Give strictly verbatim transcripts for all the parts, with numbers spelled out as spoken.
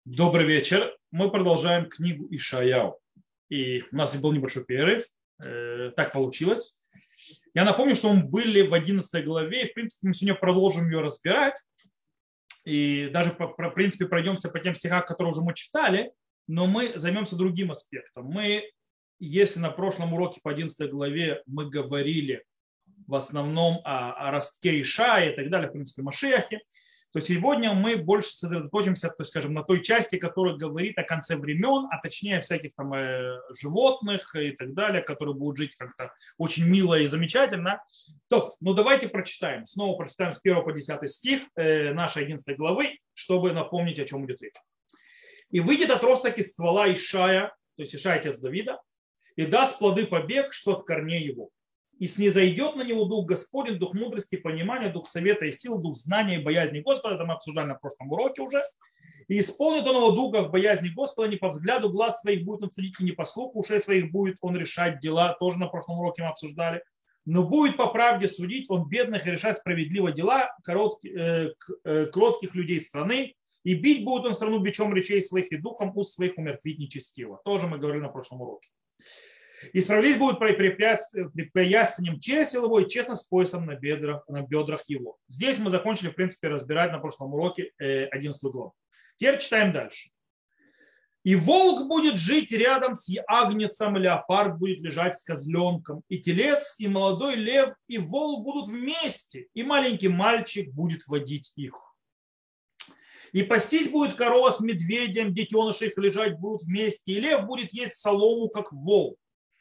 Добрый вечер. Мы продолжаем книгу Ишаяу. И у нас был небольшой перерыв. Э, Так получилось. Я напомню, что мы были в одиннадцатой главе. И, в принципе, мы сегодня продолжим ее разбирать. И даже, по- про- в принципе, пройдемся по тем стихам, которые уже мы читали. Но мы займемся другим аспектом. Мы, если на прошлом уроке по одиннадцатой главе мы говорили в основном о, о ростке Ишая и так далее, в принципе, Машиахе, то сегодня мы больше сосредоточимся, то есть, скажем, на той части, которая говорит о конце времен, а точнее о всяких там э, животных и так далее, которые будут жить как-то очень мило и замечательно. То, ну давайте прочитаем. Снова прочитаем с первого по десятый стих э, нашей одиннадцатой главы, чтобы напомнить, о чем идет речь. «И выйдет отросток из ствола Ишая, то есть Ишай, отец Давида, и даст плоды побег, что от корней его. И снизойдет на него дух Господень, дух мудрости и понимания, дух совета и сил, дух знания и боязни Господа». Это мы обсуждали на прошлом уроке уже. «И исполнит он его духа в боязни Господа, не по взгляду глаз своих будет он судить, и не по слуху ушей своих будет он решать дела». Тоже на прошлом уроке мы обсуждали. «Но будет по правде судить он бедных и решать справедливо дела коротких, э, э, кротких людей страны. И бить будет он страну бичом речей своих и духом уст своих умертвить нечестиво». Тоже мы говорили на прошлом уроке. «И справедливость будет припоясанием чесел его и честность поясом на бедрах, на бедрах его». Здесь мы закончили, в принципе, разбирать на прошлом уроке одиннадцатую главу. Теперь читаем дальше. «И волк будет жить рядом с агнецем, леопард будет лежать с козленком, и телец, и молодой лев, и волк будут вместе, и маленький мальчик будет водить их. И пастись будет корова с медведем, детеныши их лежать будут вместе, и лев будет есть солому, как волк.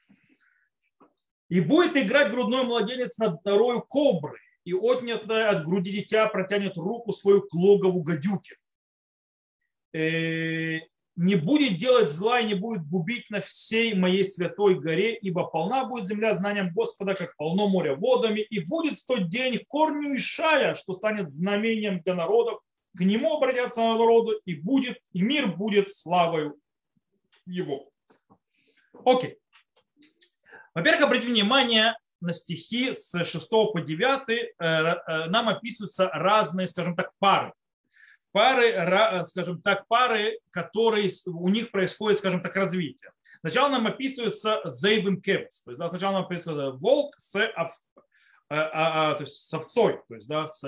И будет играть грудной младенец над норою кобры, и отнятое от груди дитя протянет руку свою к логову гадюки. Э, Не будет делать зла и не будет губить на всей моей святой горе, ибо полна будет земля знанием Господа, как полно море водами, и будет в тот день корню Ишая, что станет знамением для народов, к нему обратятся народы, и будет, и мир будет славою его». Окей. Во-первых, обратите внимание на стихи с шестого по девятый. Нам описываются разные, скажем так, пары. Пары, скажем так, пары, которые у них происходит, скажем так, развитие. Сначала нам описывается зейвим кевес. То есть, да, сначала нам описывается волк с, ов... а, а, то есть, с овцой, то есть, да, с,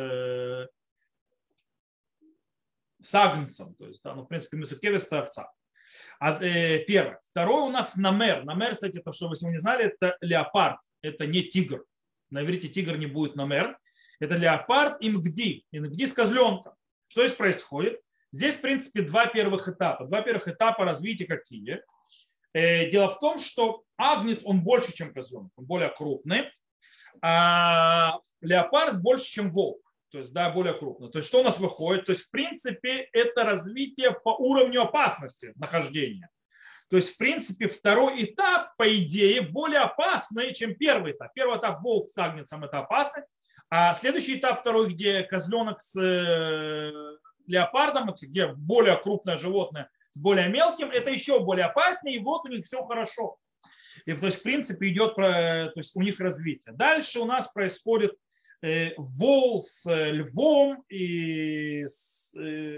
с агнцем. То есть, да, ну, в принципе, кевес – это овца. Первое. Второе у нас намер. Намер, кстати, это, чтобы вы не знали, это леопард. Это не тигр. На иврите тигр не будет намер. Это леопард и мгди. И мгди с козленком. Что здесь происходит? Здесь, в принципе, два первых этапа. Два первых этапа развития какие? Дело в том, что агнец, он больше, чем козленок. Он более крупный. А леопард больше, чем волк. То есть, да, более крупно. То есть, что у нас выходит? То есть, в принципе, это развитие по уровню опасности нахождения. То есть, в принципе, второй этап, по идее, более опасный, чем первый этап. Первый этап волк с агнцем – это опасный. А следующий этап, второй, где козленок с леопардом, где более крупное животное с более мелким, это еще более опаснее, и вот у них все хорошо. И, то есть, в принципе, идет то есть, у них развитие. Дальше у нас происходит вол с львом и, с,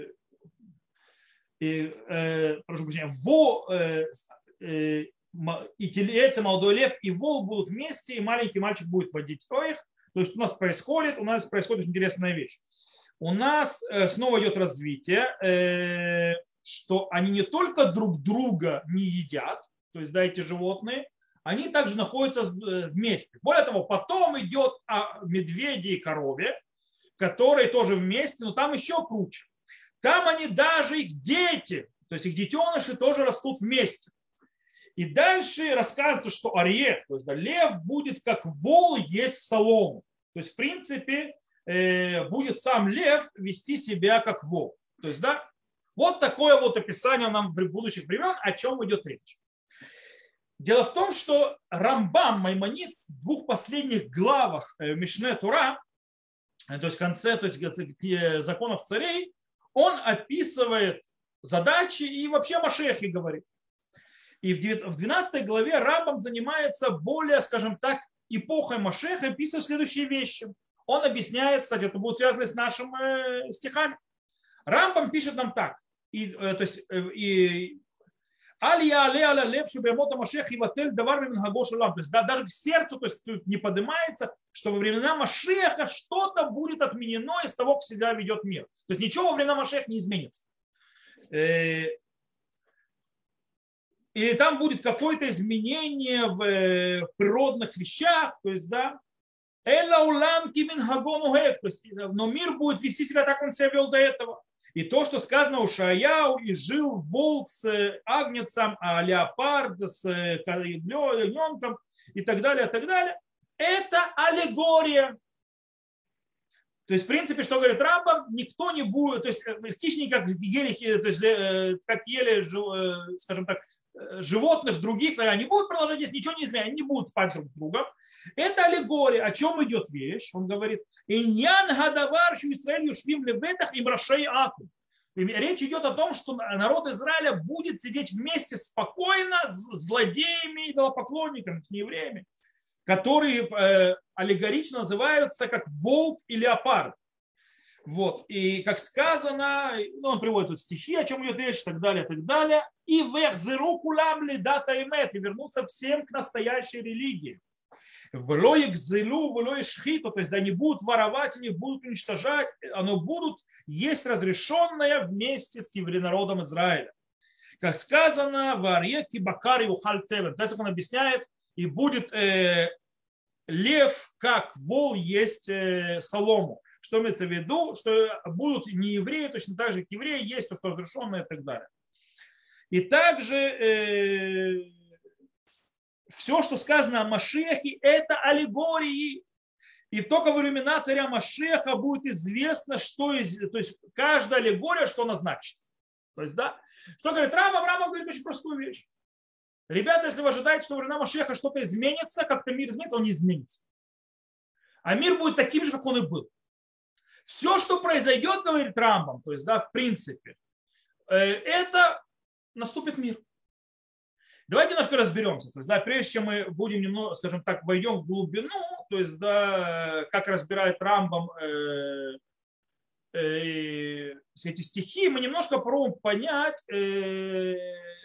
и э, прошу прощения, во, э, э, и телец, и молодой лев, и вол будут вместе, и маленький мальчик будет водить их. То есть у нас происходит, у нас происходит очень интересная вещь. У нас э, снова идет развитие, э, что они не только друг друга не едят, то есть, да, эти животные, они также находятся вместе. Более того, потом идет о медведе и корове, которые тоже вместе, но там еще круче. Там они даже, их дети, то есть их детеныши тоже растут вместе. И дальше рассказывается, что арье, то есть да, лев будет как вол есть солому. То есть в принципе будет сам лев вести себя как вол. То есть да, вот такое вот описание нам в будущих времен, о чем идет речь. Дело в том, что Рамбам, Маймонид, в двух последних главах Мишне Тура, то есть в конце то есть, законов царей, он описывает задачи и вообще о Машехе говорит. И в двенадцатой главе Рамбам занимается более, скажем так, эпохой Машеха, и пишет следующие вещи. Он объясняет, кстати, это будет связано с нашими стихами. Рамбам пишет нам так. и, то есть, и Алия але аля лев шебемота машех и ватель давар мимнгагош улам. То есть да, даже к сердцу, то есть тут не поднимается, что во времена Машеха что-то будет отменено из того, как себя ведет мир. То есть ничего во времена Машеха не изменится. Или там будет какое-то изменение в природных вещах, то есть да, Эла улам кимин хагонугэк, то есть, но мир будет вести себя так, как он себя вел до этого. И то, что сказано у Шаяу, и жил волк с агнецем, а леопард с ягненком и так далее, и так далее, это аллегория. То есть, в принципе, что говорит Рамбам, никто не будет, то есть хищники, как ели, то есть, как ели, скажем так, животных других, они будут продолжать здесь, ничего не изменять, они не будут спать друг с другом. Это аллегория. О чем идет вещь? Он говорит, «Иньян гадавар шу Исраэль юшвим лебетах им рашей аку». Речь идет о том, что народ Израиля будет сидеть вместе спокойно с злодеями, идолопоклонниками, с неевреями, которые э, аллегорично называются как волк и леопард. Вот. И как сказано, ну, он приводит тут стихи, о чем идет речь, и так далее, и так далее. И вехзеру кулам ли дата имет, и вернуться всем к настоящей религии. Влоек зелу, влоек шхиту, то есть да, не будут воровать, не будут уничтожать, оно будут есть разрешенное вместе с еврейнародом Израиля. Как сказано, в Арьеки Бакари Ухаль Тевер. Дальше он объясняет, и будет э, лев, как вол есть э, солому. Что имеется в виду, что будут не евреи, точно так же, как евреи, есть то, что разрешенное и так далее. И также э, все, что сказано о Машехе, это аллегории. И только во времена царя Машеха будет известно, что из, то есть каждая аллегория, что она значит. То есть, да, что говорит Рамбам? Рамбам говорит очень простую вещь. Ребята, если вы ожидаете, что во времена Машеха что-то изменится, как-то мир изменится, он не изменится. А мир будет таким же, как он и был. Все, что произойдет, говорит Рамбам, то есть, да, в принципе, это наступит мир. Давайте немножко разберемся. То есть, да, прежде чем мы будем немного, скажем так, войдем в глубину, то есть, да, как разбирает Рамбам э, э, эти стихи, мы немножко попробуем понять, э,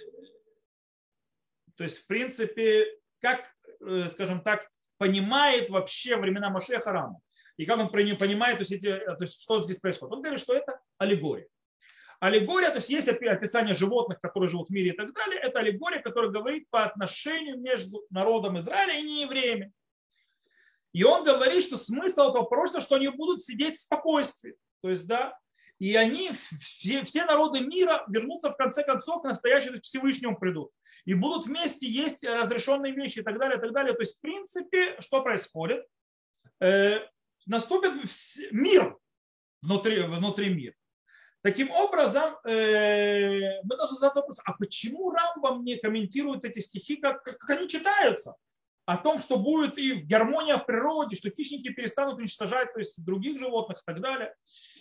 то есть, в принципе, как, э, скажем так, понимает вообще времена Машеха Рамбам. И как он понимает, то есть, эти, то есть, что здесь происходит. Он говорит, что это аллегория. Аллегория, то есть есть описание животных, которые живут в мире и так далее. Это аллегория, которая говорит по отношению между народом Израиля и неевреями. И он говорит, что смысл этого пророчества, что они будут сидеть в спокойствии. То есть, да, и они, все, все народы мира вернутся в конце концов к настоящему Всевышнему придут. И будут вместе есть разрешенные вещи и так далее, и так далее. То есть, в принципе, что происходит? Э, наступит мир внутри, внутри мира. Таким образом, э, мы должны задаться вопросом, а почему Рамбам не комментирует эти стихи, как, как они читаются? О том, что будет и в гармония в природе, что хищники перестанут уничтожать, то есть других животных и так далее.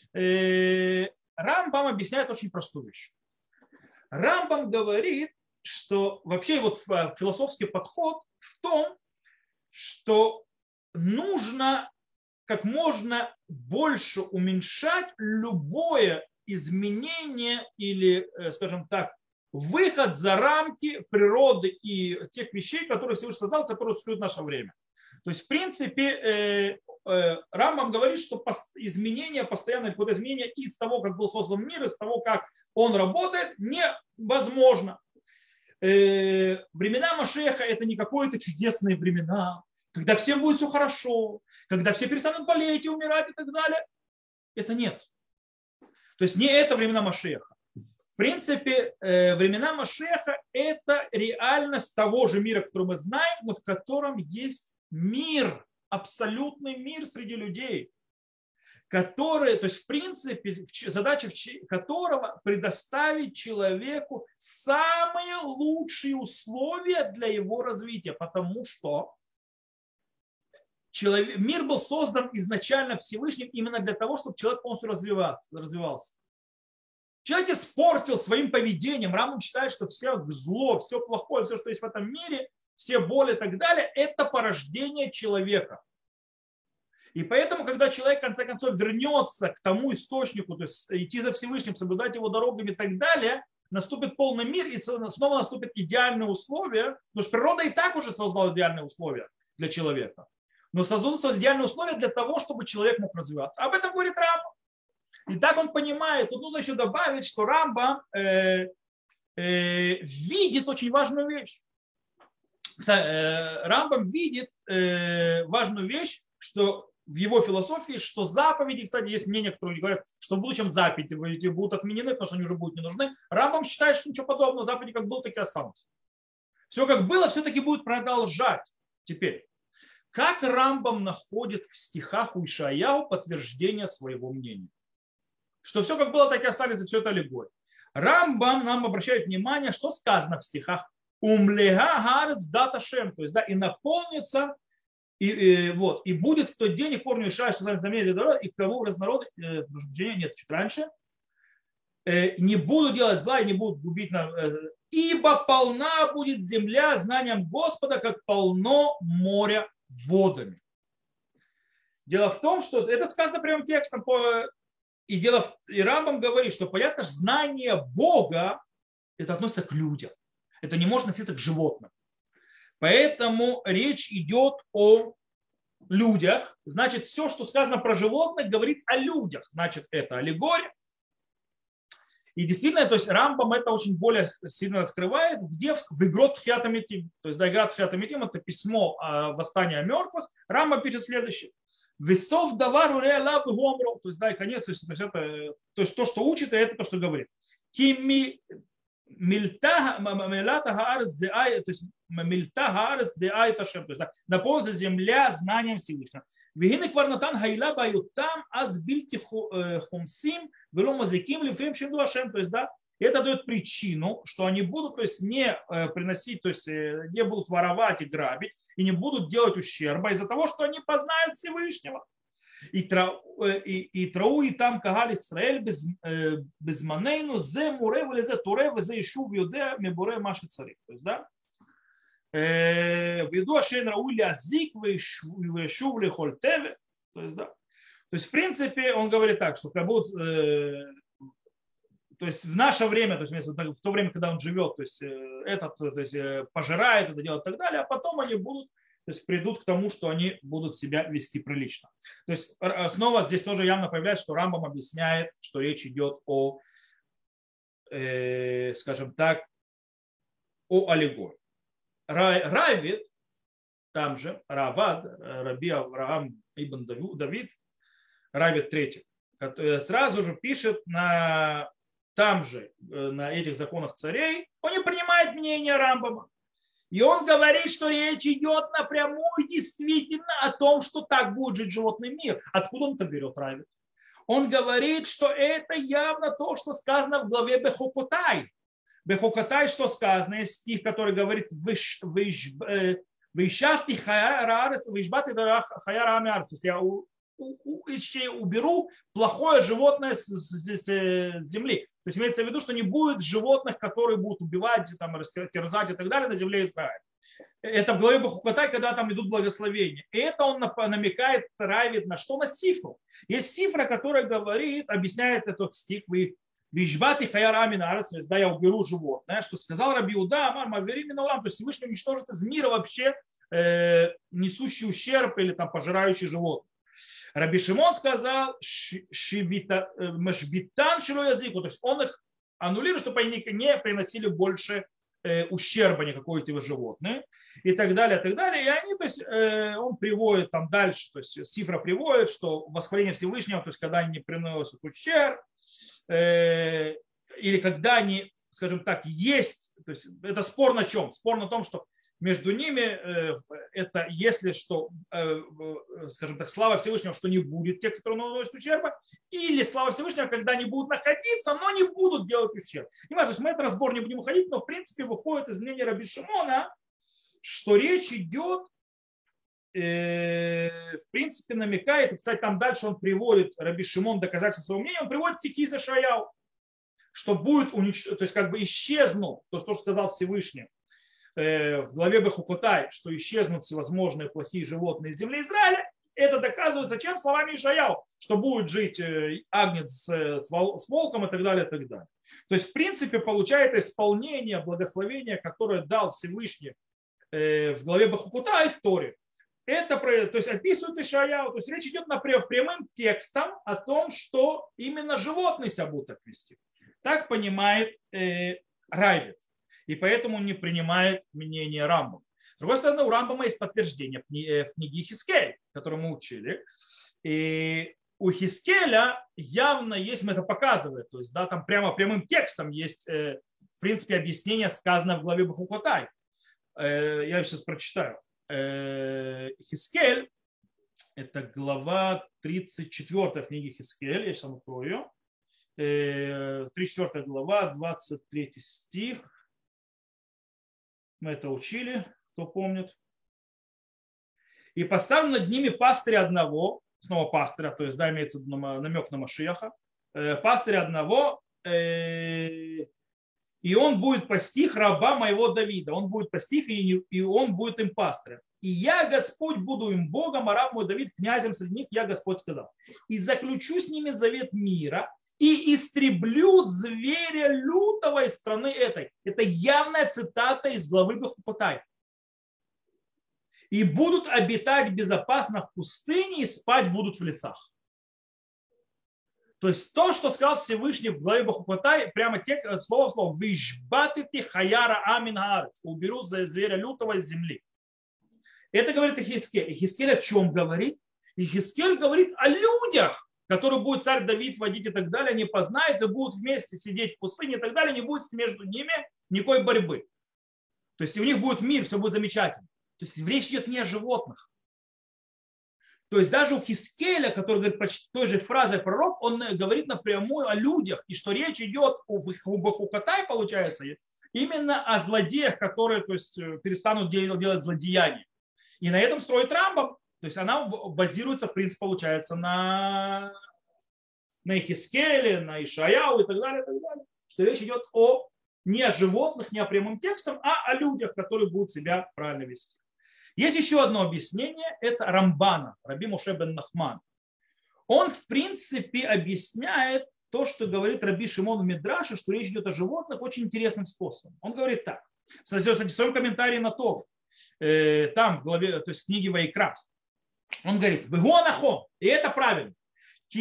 Э, Рамбам объясняет очень простую вещь. Рамбам говорит, что вообще вот философский подход в том, что нужно как можно больше уменьшать любое изменение или, скажем так, выход за рамки природы и тех вещей, которые Всевышний создал, которые существуют в наше время. То есть, в принципе, Рамбам говорит, что изменение, постоянное какое-то изменение из того, как был создан мир, из того, как он работает, невозможно. Времена Машеха – это не какие-то чудесные времена, когда всем будет все хорошо, когда все перестанут болеть и умирать и так далее. Это нет. То есть не это времена Машеха. В принципе, времена Машеха – это реальность того же мира, который мы знаем, но в котором есть мир, абсолютный мир среди людей, который, то есть в принципе, задача которого предоставить человеку самые лучшие условия для его развития, потому что Человек, мир был создан изначально Всевышним именно для того, чтобы человек полностью развивался. Человек испортил своим поведением. Рамбам считает, что все зло, все плохое, все, что есть в этом мире, все боли и так далее, это порождение человека. И поэтому, когда человек, в конце концов, вернется к тому источнику, то есть идти за Всевышним, соблюдать его дорогами и так далее, наступит полный мир, и снова наступят идеальные условия, потому что природа и так уже создала идеальные условия для человека. Но создаются идеальные условия для того, чтобы человек мог развиваться. Об этом говорит Рамбам. И так он понимает. Тут нужно еще добавить, что Рамбам э, э, видит очень важную вещь. Рамбам видит э, важную вещь, что в его философии, что заповеди, кстати, есть мнение, которые говорят, что в будущем заповеди будут отменены, потому что они уже будут не нужны. Рамбам считает, что ничего подобного, заповеди как было, так и останутся. Все как было, все-таки будет продолжать. Теперь, как Рамбам находит в стихах у Ишаяу подтверждение своего мнения? Что все как было, так и останется, все это аллегория. Рамбам нам обращает внимание, что сказано в стихах «Умлега гарец дата шем», то есть, да, и наполнится, и, и, вот, и будет в тот день, и корню Ишая, что замерили дорогу, и к тому разнороду, э, нет, чуть раньше, э, не буду делать зла и не буду губить, на, э, ибо полна будет земля знанием Господа, как полно моря водами. Дело в том, что это сказано прямым текстом, по, и, дело в, и Рамбам говорит, что понятно, знание Бога, это относится к людям. Это не может относиться к животным. Поэтому речь идет о людях. Значит, все, что сказано про животных, говорит о людях. Значит, это аллегория. И действительно, то есть Рамбам это очень более сильно раскрывает, где в Игрот Тхиатамитим. То есть Игрот Тхиатамитим это письмо о восстании мертвых. Рамбам пишет следующее. Весов давару реала бгомро. То есть, да, и конец, то есть, это, то есть то, что учит, и это то, что говорит. Кими Мильта гаарец деай, то есть мильта гаарец деай ташем, то есть наполнится земля знанием Всевышнего. Вегины кварнатан хайла баютам аз бильти хумсим вело мазиким лифрим шимду ашем, то есть да, это дает причину, что они будут, то есть не приносить, то есть не будут воровать и грабить и не будут делать ущерба из-за того, что они познают Всевышнего. И, и, и трау и там кагал Исраэль без, без манейну зе муре влезе туре везе ишу в юде мебуре маши цари. То есть, да, в еду ашен раули азик вешу в лихоль теве. То есть, да, то есть, в принципе, он говорит так, что как будто, то есть, в наше время, то есть, в то время, когда он живет, то есть, этот, то есть, пожирает это делает и так далее, а потом они будут, то есть придут к тому, что они будут себя вести прилично. То есть снова здесь тоже явно появляется, что Рамбам объясняет, что речь идет о, э, скажем так, о аллегории. Равид, там же, Равад, Раби Авраам ибн Давид, Равид третий, сразу же пишет на, там же, на этих законах царей, он не принимает мнение Рамбама. И он говорит, что речь идет напрямую действительно о том, что так будет жить животный мир. Откуда он это берет, Равид? Он говорит, что это явно то, что сказано в главе Бехокотай. Бехокотай, что сказано, есть стих, который говорит «Вейшафти хаяраарец, вейшбати хаяраарец». Я уберу плохое животное с земли. То есть имеется в виду, что не будет животных, которые будут убивать, там, терзать и так далее на земле Израиля. Это в главе Бехукатай, когда там идут благословения. И это он намекает, Равид, на что? На сифру. Есть сифра, которая говорит, объясняет этот стих, вы вижбати хаярами нарас, то есть да, я уберу животное, что сказал Раби Иуда, Амар Мавери Миналам, то есть Всевышний уничтожит из мира вообще э, несущий ущерб или там пожирающий животное. Раби Шимон сказал, машбитан шило языку, то есть он их аннулирует, чтобы они не приносили больше э, ущерба никакой эти животные и так далее, и так далее. И они, то есть э, он приводит там дальше, то есть цифра приводит, что восхваление Всевышнего, то есть когда они не приносят ущерб, э, или когда они, скажем так, есть, то есть это спор на чем? Спор на том, что между ними это если что, скажем так, слава Всевышнего, что не будет тех, которые наносят ущерба, или слава Всевышнего, когда они будут находиться, но не будут делать ущерб. Понимаете, то есть мы этот разбор не будем уходить, но в принципе выходит из мнения Раби Шимона, что речь идет, в принципе намекает, и, кстати, там дальше он приводит, Раби Шимон доказательство своего мнения, он приводит стихи из Ишаяу, что будет уничтожено, то есть как бы исчезнут, то, что сказал Всевышний, в главе Бехукотай, что исчезнут всевозможные плохие животные из земли Израиля, Это доказывается чем? Словами Ишаяу, что будет жить агнец с волком и так далее, и так далее. То есть, в принципе, получается исполнение благословения, которое дал Всевышний в главе Бахукутай в Торе. Это то есть, описывает Ишаяу. То есть речь идет, например, прямым текстом о том, что именно животные себя будут так вести. Так понимает э, Райбет. И поэтому он не принимает мнение Рамбама. С другой стороны, у Рамбама есть подтверждение в книге Хискель, которую мы учили. И у Хискеля явно есть, мы это показываем, то есть да, там прямо прямым текстом есть, э, в принципе, объяснение, сказанное в главе Бахукотай. Э, я сейчас прочитаю. Э, Хискель, это глава тридцать четвёртая в книге Хискель, я сейчас вам открою. Э, тридцать четвёртая глава, двадцать третий стих. Мы это учили, кто помнит. И поставлен над ними пастыря одного, снова пастыря, то есть да, имеется намек на Машиаха, пастыря одного, и он будет пасти раба моего Давида, он будет пасти их, и он будет им пастырем. И я, Господь, буду им Богом, а раб мой Давид князем среди них, я, Господь, сказал. И заключу с ними завет мира, и истреблю зверя лютого из страны этой. Это явная цитата из главы Бахукотай. И будут обитать безопасно в пустыне, и спать будут в лесах. То есть то, что сказал Всевышний в главе Бахукотай, прямо текст, слово в слово, «Вишбатити хаяра амин аарец», уберу за зверя лютого из земли. Это говорит Ихискель. Ихискель о чем говорит? Ихискель говорит о людях, которые будет царь Давид водить и так далее, они познают и будут вместе сидеть в пустыне и так далее, не будет между ними никакой борьбы. То есть у них будет мир, все будет замечательно. То есть речь идет не о животных. То есть даже у Хискеля, который говорит почти той же фразой пророк, он говорит напрямую о людях, и что речь идет у Бахукотай, получается, именно о злодеях, которые то есть, перестанут делать, делать злодеяния. И на этом строит Рамбам. То есть она базируется, в принципе, получается, на, на Ихискеле, на Ишаяу и так далее, и так далее. Что речь идет о не о животных, не о прямом текстом, а о людях, которые будут себя правильно вести. Есть еще одно объяснение, это Рамбана, Раби Моше бен Нахман. Он, в принципе, объясняет то, что говорит Раби Шимон в Мидраше, что речь идет о животных очень интересным способом. Он говорит так, в своем комментарии на Тору, там в главе, то есть в книге Вайкра, он говорит, и это правильно. Что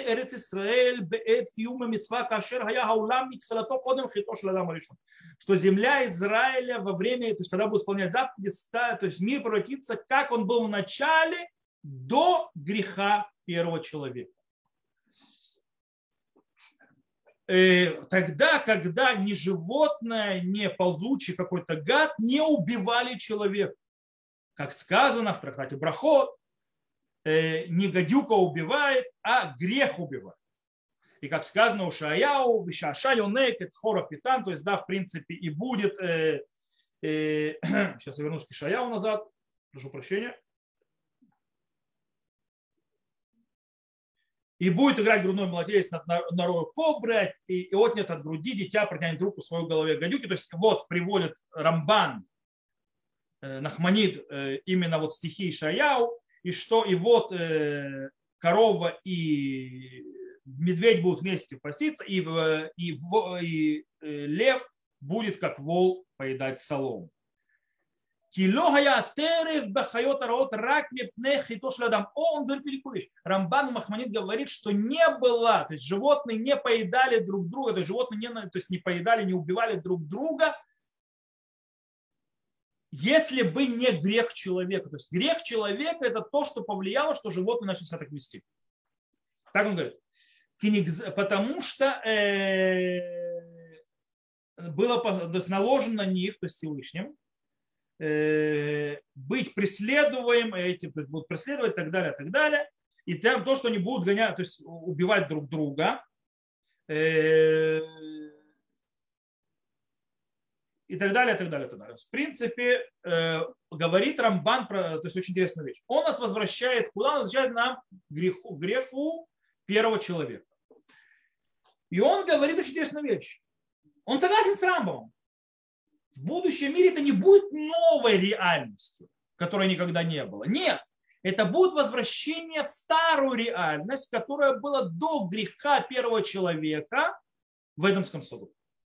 земля Израиля во время, то есть когда будет исполнять заповеди, то есть мир превратится, как он был в начале, до греха первого человека. Тогда, когда ни животное, ни ползучий какой-то гад не убивали человека. Как сказано в трактате Брахот, не гадюка убивает, а грех убивает. И как сказано у Шаяу, Вишашайонек, Хора Питан, то есть, да, в принципе, и будет, э, э, сейчас я вернусь к Шаяу назад, прошу прощения. И будет играть грудной младенец над норою кобры, и, и отнят от груди дитя протянет руку в свою голове гадюки. То есть вот приводит Рамбан, э, Нахманид, э, именно вот стихи Ишаяу, и что и вот э, корова и медведь будут вместе паститься, и, и, и э, лев будет как вол поедать солому. Он говорит великую вещь. Рамбан Махманид говорит, что не было, то есть животные не поедали друг друга, то есть животные не, то есть не поедали, не убивали друг друга, если бы не грех человека. То есть грех человека это то, что повлияло, что животные начали себя так вести. Так он говорит. Потому что э, было то есть наложено на них, то есть Всевышним, быть преследуемым, эти, то есть будут преследовать и так далее, и так далее. И там то, что они будут гонять, то есть убивать друг друга. И так далее, и так далее, и так далее. В принципе, говорит Рамбан про, то есть очень интересную вещь. Он нас возвращает, куда он возвращает нам греху, греху первого человека. И он говорит очень интересную вещь. Он согласен с Рамбамом. В будущем мире это не будет новой реальностью, которой никогда не было. Нет, Это будет возвращение в старую реальность, которая была до греха первого человека в Эдемском саду.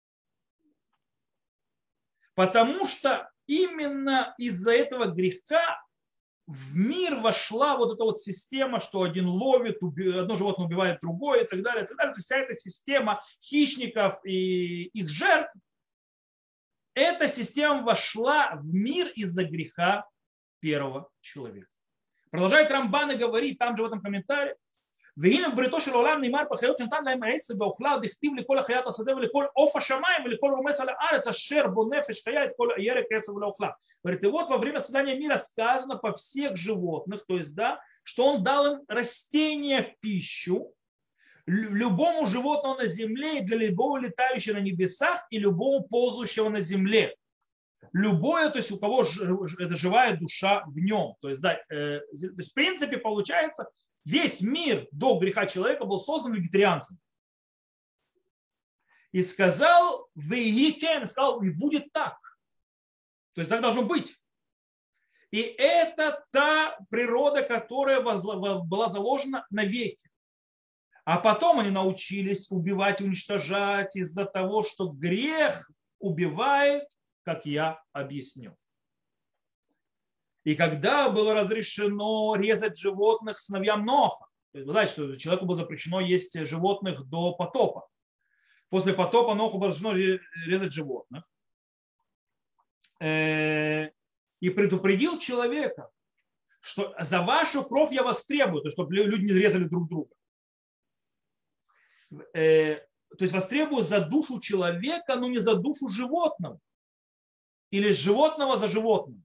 Потому что именно из-за этого греха в мир вошла вот эта вот система, что один ловит, одно животное убивает другое и так далее. И так далее. То есть вся эта система хищников и их жертв, эта система вошла в мир из-за греха первого человека. Продолжает Рамбан и говорит там же в этом комментарии: והנה בבריתו של העולם נאמר בחיות שנתן להם העץ ואוכלה דכתיב לכל החיית השדה ולכל עוף השמיים ולכל רומס על הארץ אשר בו נפש חיה את כל הירק עשב ולאוכלה. Говорит, и вот во время создания мира сказано по всех животных, то есть, да, что он дал им растения в пищу, любому животному на земле и для любого летающего на небесах и любому ползающего на земле. Любое, то есть у кого это живая душа в нем. То есть, да, э, то есть в принципе получается, весь мир до греха человека был создан вегетарианцем. И сказал, вейкен, сказал, и будет так. То есть так должно быть. И это та природа, которая была заложена навеки. А потом они научились убивать и уничтожать из-за того, что грех убивает, как я объясню. И когда было разрешено резать животных сыновьям Ноха, то есть вы знаете, что человеку было запрещено есть животных до потопа. После потопа Ноху было разрешено резать животных. И предупредил человека, что за вашу кровь я вас требую, то есть чтобы люди не резали друг друга. То есть вас требую за душу человека, но не за душу животного. Или животного за животным.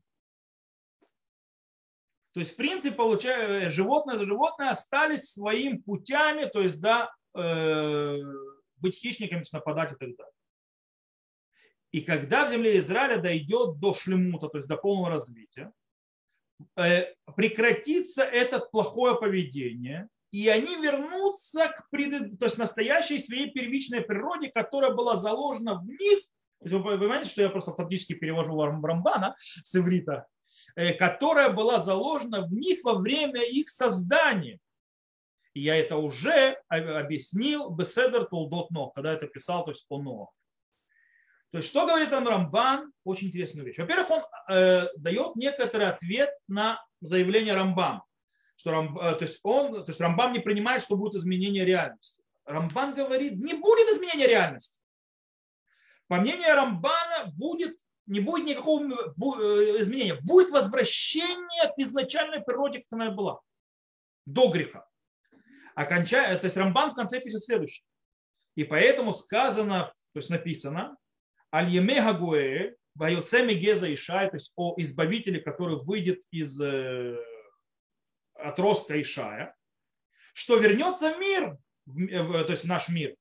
То есть, в принципе, получается, животное за животное остались своими путями, то есть, да, э, быть хищниками, нападать и так далее. И когда в земле Израиля дойдет до шлемута, то есть до полного развития, э, прекратится это плохое поведение, и они вернутся к пред... то есть, настоящей своей первичной природе, которая была заложена в них. То есть, вы понимаете, что я просто автоматически перевожу Рамбана с иврита, которая была заложена в них во время их создания. И я это уже объяснил Беседер Толдот Нох, когда это писал, то есть по Ноху. То есть что говорит там Рамбан? Очень интересную вещь. Во-первых, он э, дает некоторый ответ на заявление Рамбана. Что Рам, э, то, есть он, то есть Рамбан не принимает, что будет изменение реальности. Рамбан говорит, не будет изменения реальности. По мнению Рамбана будет не будет никакого изменения. Будет возвращение к изначальной природе, как она была. До греха. Окончая, то есть Рамбан в конце пишет следующее. И поэтому сказано, то есть написано, Аль-Еме Гагуэ, Вайоцеми Геза Ишай, то есть о избавителе, который выйдет из отростка Ишая, что вернется в мир, то есть в наш мир.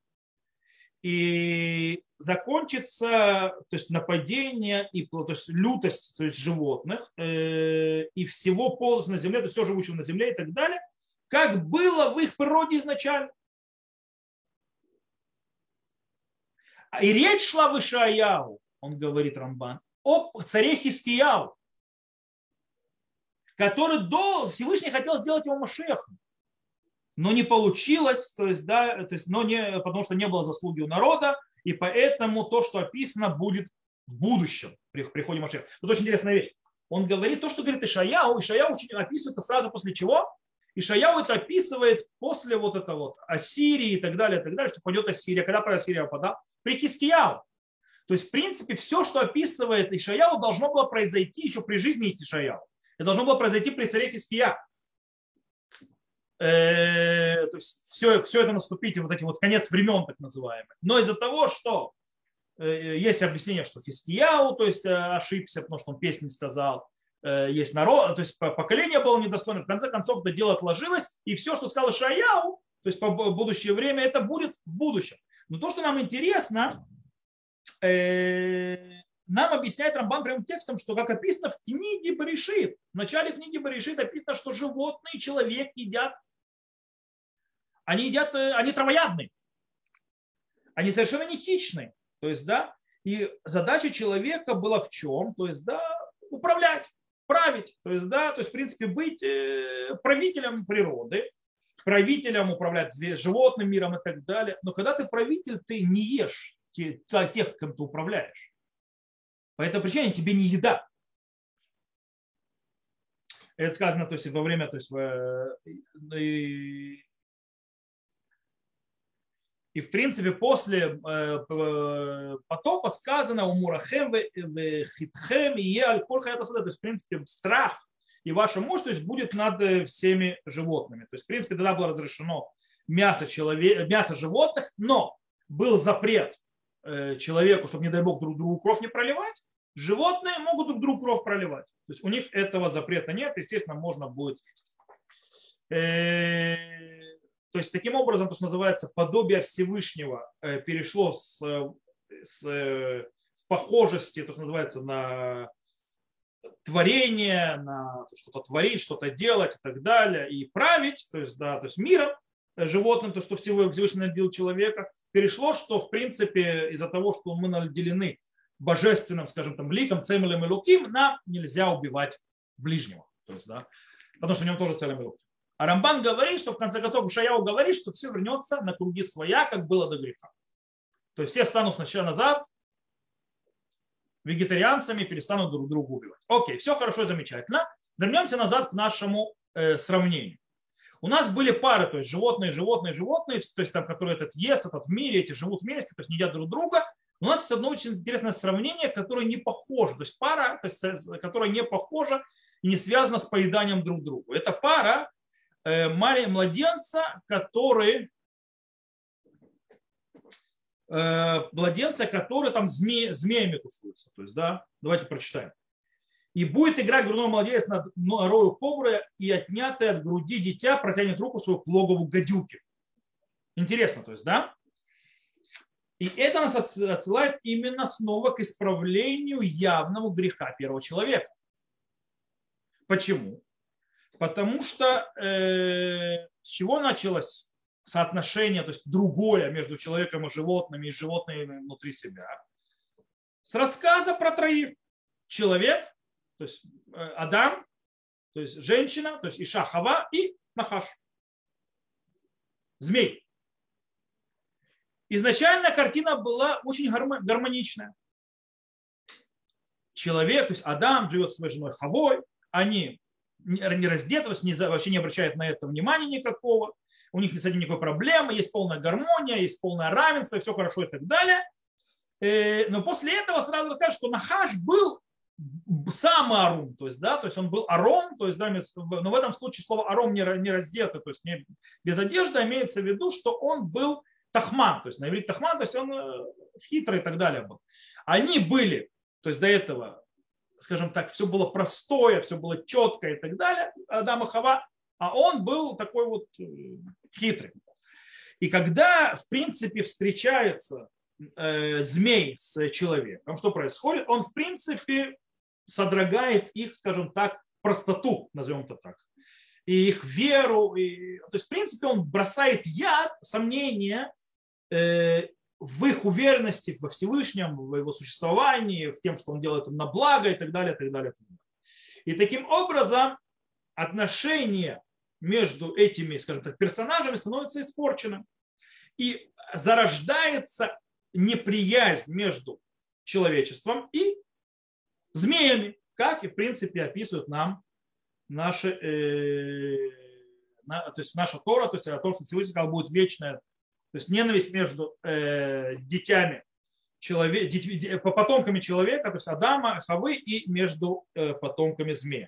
И закончится, то есть нападение и то есть лютость, то есть животных э, и всего полностью на земле, то есть все живущего на земле и так далее, как было в их природе изначально. И речь шла в Ишаяу, он говорит Рамбан, о царе Хискияу, который до Всевышний хотел сделать его Машиахом. Но не получилось, то есть, да, то есть, но не, потому что не было заслуги у народа, и поэтому то, что описано, будет в будущем при приходе Машиаха. Тут очень интересная вещь. Он говорит то, что говорит Ишаяу. Ишаяу описывает это сразу после чего? Ишаяу это описывает после вот этого вот Ассирии и так далее, и так далее, что пойдет Ассирия. Когда про Ассирию падал? При Хискияу. То есть, в принципе, все, что описывает Ишаяу, должно было произойти еще при жизни Ишаяу. Это должно было произойти при царе Хиския. То есть все, все это наступить, вот эти вот конец времен, так называемый. Но из-за того, что есть объяснение, что Хискияу, то есть ошибся, потому что он песни сказал, есть народ, то есть поколение было недостойно, в конце концов это дело отложилось, и все, что сказал Ишаяу, то есть по будущее время, это будет в будущем. Но то, что нам интересно, нам объясняет Рамбан прямым текстом, что, как описано в книге Берешит, в начале книги Берешит описано, что животные и человек едят, они едят, они травоядные, они совершенно не хищные. То есть, да, и задача человека была в чем? То есть, да, управлять. править, то есть, да, то есть, в принципе, быть правителем природы, правителем управлять животным миром и так далее. Но когда ты правитель, ты не ешь тех, кем ты управляешь. По этой причине тебе не еда. Это сказано, то есть, во время, то есть, и, и в принципе, после потопа сказано у Мурахем Хитхем и Аль-Коль Хаят, то есть, в принципе, страх и ваша мощь, то есть, будет над всеми животными. То есть, в принципе, тогда было разрешено мясо, человек, мясо животных, но был запрет человеку, чтобы, не дай бог, друг другу кровь не проливать. Животные могут друг другу кровь проливать. То есть у них этого запрета нет, естественно, можно будет есть. То есть таким образом, то, что называется, подобие Всевышнего перешло с, с, в похожести, то, что называется, на творение, на что-то творить, что-то делать и так далее, и править, то есть, да, то есть миром животным, то, что Всевышний наделил человека, перешло, что в принципе из-за того, что мы наделены божественным, скажем, там, ликом, цемелем и луким, нам нельзя убивать ближнего. То есть, да, потому что в нем тоже целым и луким. А Рамбан говорит, что в конце концов Ишаяу говорит, что все вернется на круги своя, как было до греха. То есть все станут сначала назад вегетарианцами, перестанут друг друга убивать. Окей, все хорошо, замечательно. Вернемся назад к нашему э, сравнению. У нас были пары, то есть животные, животные, животные, то есть там, которые этот ест, этот в мире, эти живут вместе, то есть не едят друг друга. У нас есть одно очень интересное сравнение, которое не похоже. То есть пара, то есть, которая не похожа и не связана с поеданием друг друга. Это пара э, младенца, который, э, младенца, который там зме, змеями тусуется. То есть, да, давайте прочитаем. И будет играть грудной младенец над рою кобры, и отнятый от груди дитя протянет руку свою к логову гадюки. Интересно, то есть, да? И это нас отсылает именно снова к исправлению явному греха первого человека. Почему? Потому что э, с чего началось соотношение, то есть другое между человеком и животными, и животными внутри себя? С рассказа про троих. Человек, то есть Адам, то есть женщина, то есть Иша Хава и Нахаш. Змей. Изначально картина была очень гармоничная. Человек, то есть Адам живет со своей женой Хавой, они не раздеты, то есть не, вообще не обращают на это внимания никакого, у них с этим никакой проблемы, есть полная гармония, есть полное равенство, все хорошо и так далее. Но после этого сразу расскажут, что Нахаш был сам Арум, то есть, да, то есть он был Аром, то есть, да, но в этом случае слово Аром не, не раздетый, то есть не без одежды, имеется в виду, что он был Тахман, то есть на иврите Тахман, то есть он хитрый и так далее был. Они были, то есть до этого, скажем так, все было простое, все было четко и так далее, Адам и Хава, а он был такой вот хитрый. И когда, в принципе, встречается э, змей с человеком, что происходит? Он, в принципе, содрогает их, скажем так, простоту, назовем это так, и их веру. И, то есть, в принципе, он бросает яд, сомнения э, в их уверенности во Всевышнем, в его существовании, в том, что он делает на благо и так далее, и так далее. И таким образом отношения между этими, скажем так, персонажами становятся испорченным. И зарождается неприязнь между человечеством и змеями, как и в принципе описывают нам наши, э, на, то есть наша Тора, то есть о том, что Всевышний сказал, будет вечная, то есть ненависть между э, детьми, человек, детьми, потомками человека, то есть Адама, Хавы, и между э, потомками змея.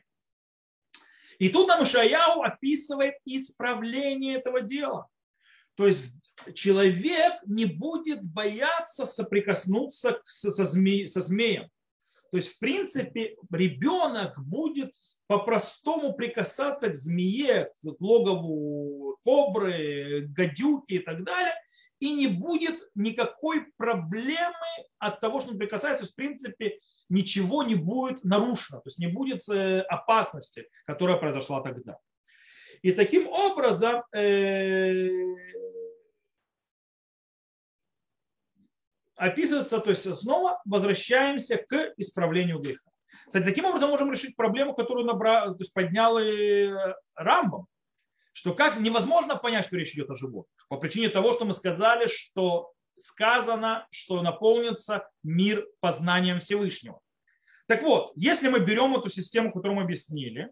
И тут нам Ишаяу описывает исправление этого дела. То есть человек не будет бояться соприкоснуться со, зме, со змеем. То есть, в принципе, ребенок будет по-простому прикасаться к змее, к логову кобры, гадюки и так далее, и не будет никакой проблемы от того, что он прикасается. То есть, в принципе, ничего не будет нарушено, то есть не будет опасности, которая произошла тогда. И таким образом описывается, то есть снова возвращаемся к исправлению греха. Кстати, таким образом можем решить проблему, которую набрал, то есть поднял и Рамбам, что как невозможно понять, что речь идет о животных, по причине того, что мы сказали, что сказано, что наполнится мир познанием Всевышнего. Так вот, если мы берем эту систему, которую мы объяснили,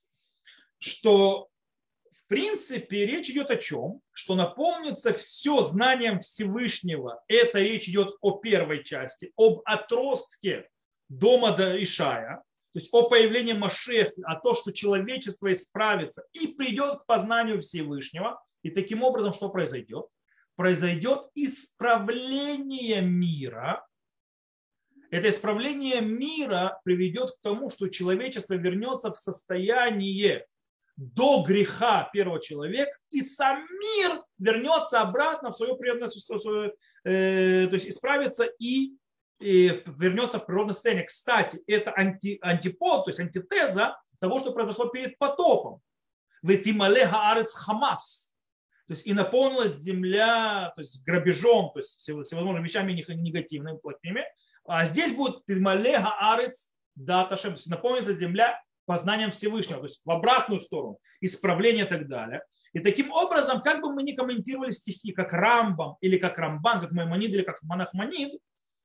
что в принципе речь идет о чем? Что наполнится все знанием Всевышнего. Это речь идет о первой части, об отростке дома до Ишая, то есть о появлении Машеха, о том, что человечество исправится и придет к познанию Всевышнего. И таким образом что произойдет? Произойдет исправление мира. Это исправление мира приведет к тому, что человечество вернется в состояние до греха первого человека, и сам мир вернется обратно в свое природное состояние, э, то есть исправится и, и вернется в природное состояние. Кстати, это анти, антипод, то есть антитеза того, что произошло перед потопом. Ветимале хаарец хамас. То есть и наполнилась земля, то есть грабежом, то есть всевозможными вещами негативными, плохими. А здесь будет тимале хаарец даташем, то есть наполнится земля познанием Всевышнего, то есть в обратную сторону, исправление и так далее. И таким образом, как бы мы ни комментировали стихи, как Рамбам, или как Рамбан, как Маймонид, или как Манахманид,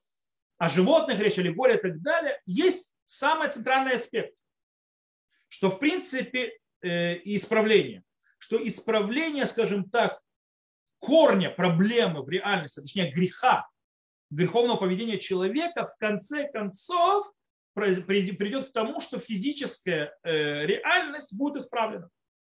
о животных, речь, аллегория и так далее, есть самый центральный аспект, что в принципе э, исправление, что исправление, скажем так, корня проблемы в реальности, точнее греха, греховного поведения человека, в конце концов придет к тому, что физическая реальность будет исправлена.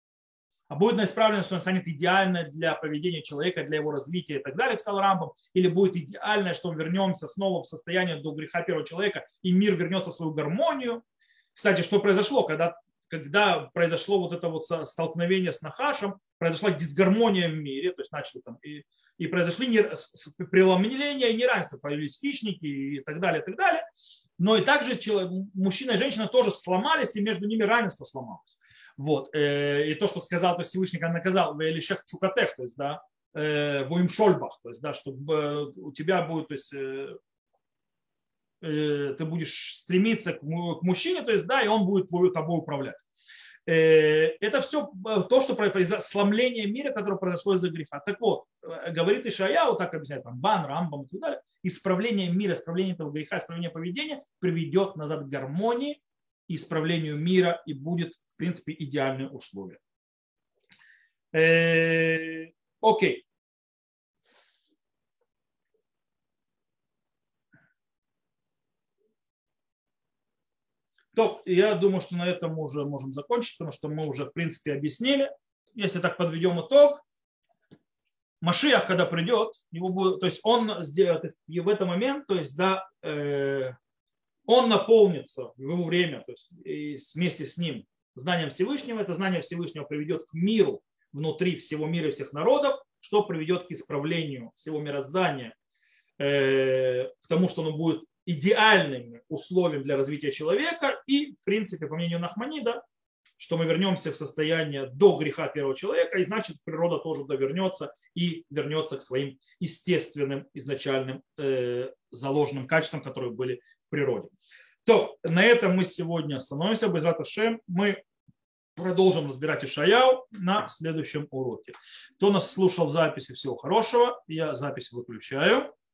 А будет исправлена, что она станет идеальной для поведения человека, для его развития и так далее, сказал Рамбам, или будет идеальной, что мы вернемся снова в состояние до греха первого человека, и мир вернется в свою гармонию. Кстати, что произошло, когда, когда произошло вот это вот столкновение с Нахашем, произошла дисгармония в мире, то есть начали там, и, и произошли преломления и неравенства, появились хищники и так далее, и так далее. Но и также мужчина и женщина тоже сломались, и между ними равенство сломалось. Вот. И то, что сказал Всевышний, когда наказал, Велишех Чукатев, то есть, да, Воим Шольбах, то есть, да, чтобы у тебя будет, то есть, ты будешь стремиться к мужчине, то есть, да, и он будет тобой управлять. Это все то, что произошло, сломление мира, которое произошло из-за греха. Так вот, говорит Ишаяу, так объясняет Рамбан, Рамбам и так далее, исправление мира, исправление этого греха, исправление поведения приведет назад к гармонии, исправлению мира и будет, в принципе, идеальные условия. Э, окей. То, я думаю, что на этом мы уже можем закончить, потому что мы уже, в принципе, объяснили. Если так подведем итог, Машиах, когда придет, его будет, то есть он сделает в этот момент, то есть, да, э, он наполнится в его время, то есть и вместе с ним знанием Всевышнего. Это знание Всевышнего приведет к миру внутри всего мира и всех народов, что приведет к исправлению всего мироздания, э, к тому, что оно будет идеальным условием для развития человека. И, в принципе, по мнению Нахманида, что мы вернемся в состояние до греха первого человека, и значит, природа тоже довернется и вернется к своим естественным, изначальным э, заложенным качествам, которые были в природе. То, на этом мы сегодня остановимся. Безрат Ашем, мы продолжим разбирать Ишаяу на следующем уроке. Кто нас слушал в записи, всего хорошего. Я запись выключаю.